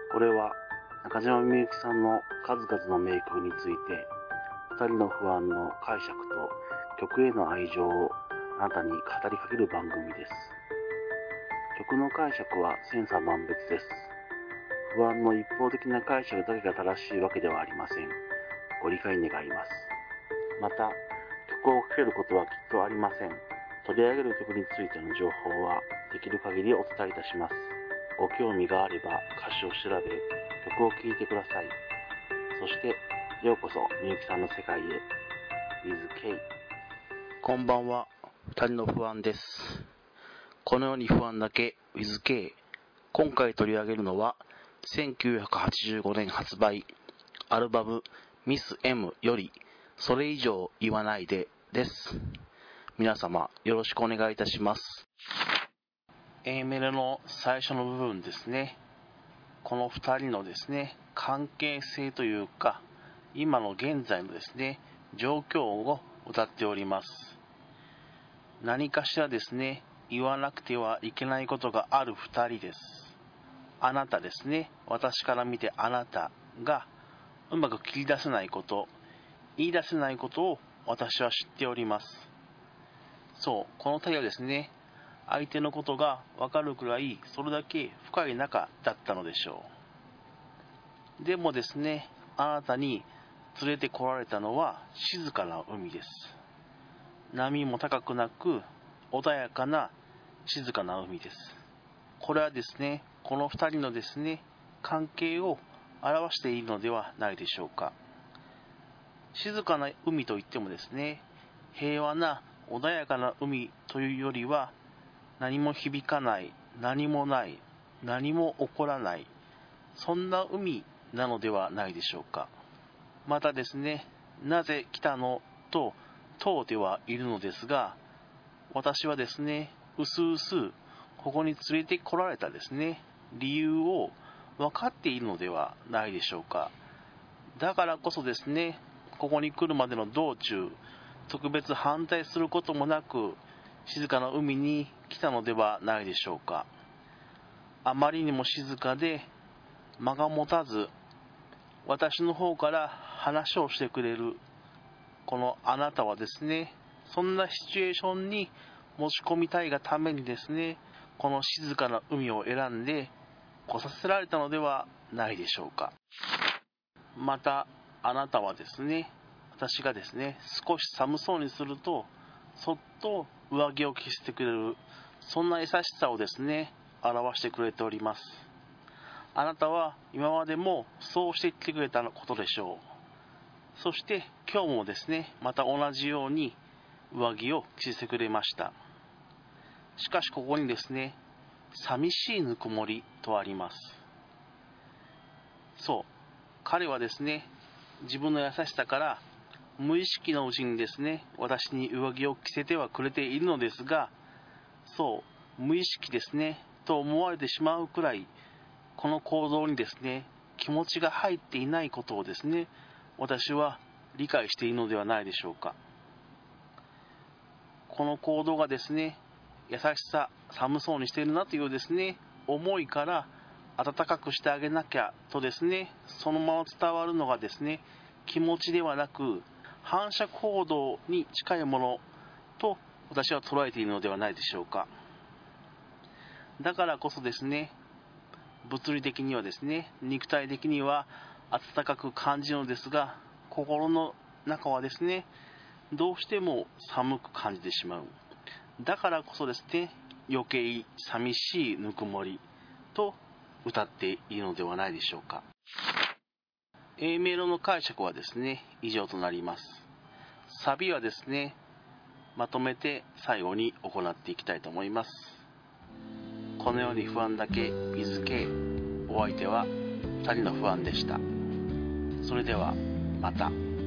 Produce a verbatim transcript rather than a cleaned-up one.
これは中島みゆきさんの数々の名曲について、二人の不安の解釈と曲への愛情をあなたに語りかける番組です。曲の解釈は千差万別です。不安の一方的な解釈だけが正しいわけではありません。ご理解願います。また、曲をかけることはきっとありません。取り上げる曲についての情報はできる限りお伝えいたします。ご興味があれば歌詞を調べ、曲を聴いてください。そして、ようこそみゆきさんの世界へ。with K。こんばんは、二人の不安です。この世に不安だけ with K。今回取り上げるのは、せんきゅうひゃくはちじゅうごねん発売、アルバムミス M より、それ以上言わないでです。皆様よろしくお願いいたします。A メロの最初の部分ですね。このふたりのですね、関係性というか、今の現在のですね、状況を歌っております。何かしらですね、言わなくてはいけないことがあるふたりです。あなたですね、私から見てあなたがうまく切り出せないこと、言い出せないことを私は知っております。そう、このふたりはですね、相手のことが分かるくらいそれだけ深い仲だったのでしょう。でもですね、あなたに連れてこられたのは静かな海です。波も高くなく穏やかな静かな海です。これはですね、このふたりのですね、関係を表しているのではないでしょうか。静かな海といってもですね、平和な穏やかな海というよりは、何も響かない、何もない、何も起こらない、そんな海なのではないでしょうか。またですね、なぜ来たのと問うてはいるのですが、私はですね、うすうすここに連れてこられたですね、理由を分かっているのではないでしょうか。だからこそですね、ここに来るまでの道中、特別反対することもなく、静かな海に来たのではないでしょうか。あまりにも静かで間が持たず、私の方から話をしてくれるこのあなたはですね、そんなシチュエーションに持ち込みたいがためにですね、この静かな海を選んで来させられたのではないでしょうか。またあなたはですね、私がですね、少し寒そうにするとそっと上着を着せてくれる、そんな優しさをですね、表してくれております。あなたは今までもそうしてきてくれたことでしょう。そして今日もですね、また同じように上着を着せてくれました。しかしここにですね、寂しいぬくもりとあります。そう、彼はですね、自分の優しさから無意識のうちにですね、私に上着を着せてはくれているのですが、そう、無意識ですね、と思われてしまうくらい、この行動にですね、気持ちが入っていないことをですね、私は理解しているのではないでしょうか。この行動がですね、優しさ、寒そうにしているなというですね、思いから温かくしてあげなきゃとですね、そのまま伝わるのがですね、気持ちではなく反射行動に近いものと私は捉えているのではないでしょうか。だからこそですね、物理的にはですね、肉体的には温かく感じるのですが、心の中はですね、どうしても寒く感じてしまう。だからこそですね、余計寂しいぬくもりと歌っているのではないでしょうか。A メロの解釈はですね、以上となります。サビはですね、まとめて最後に行っていきたいと思います。このように不安だけ with K。 お相手はふたりの不安でした。それではまた。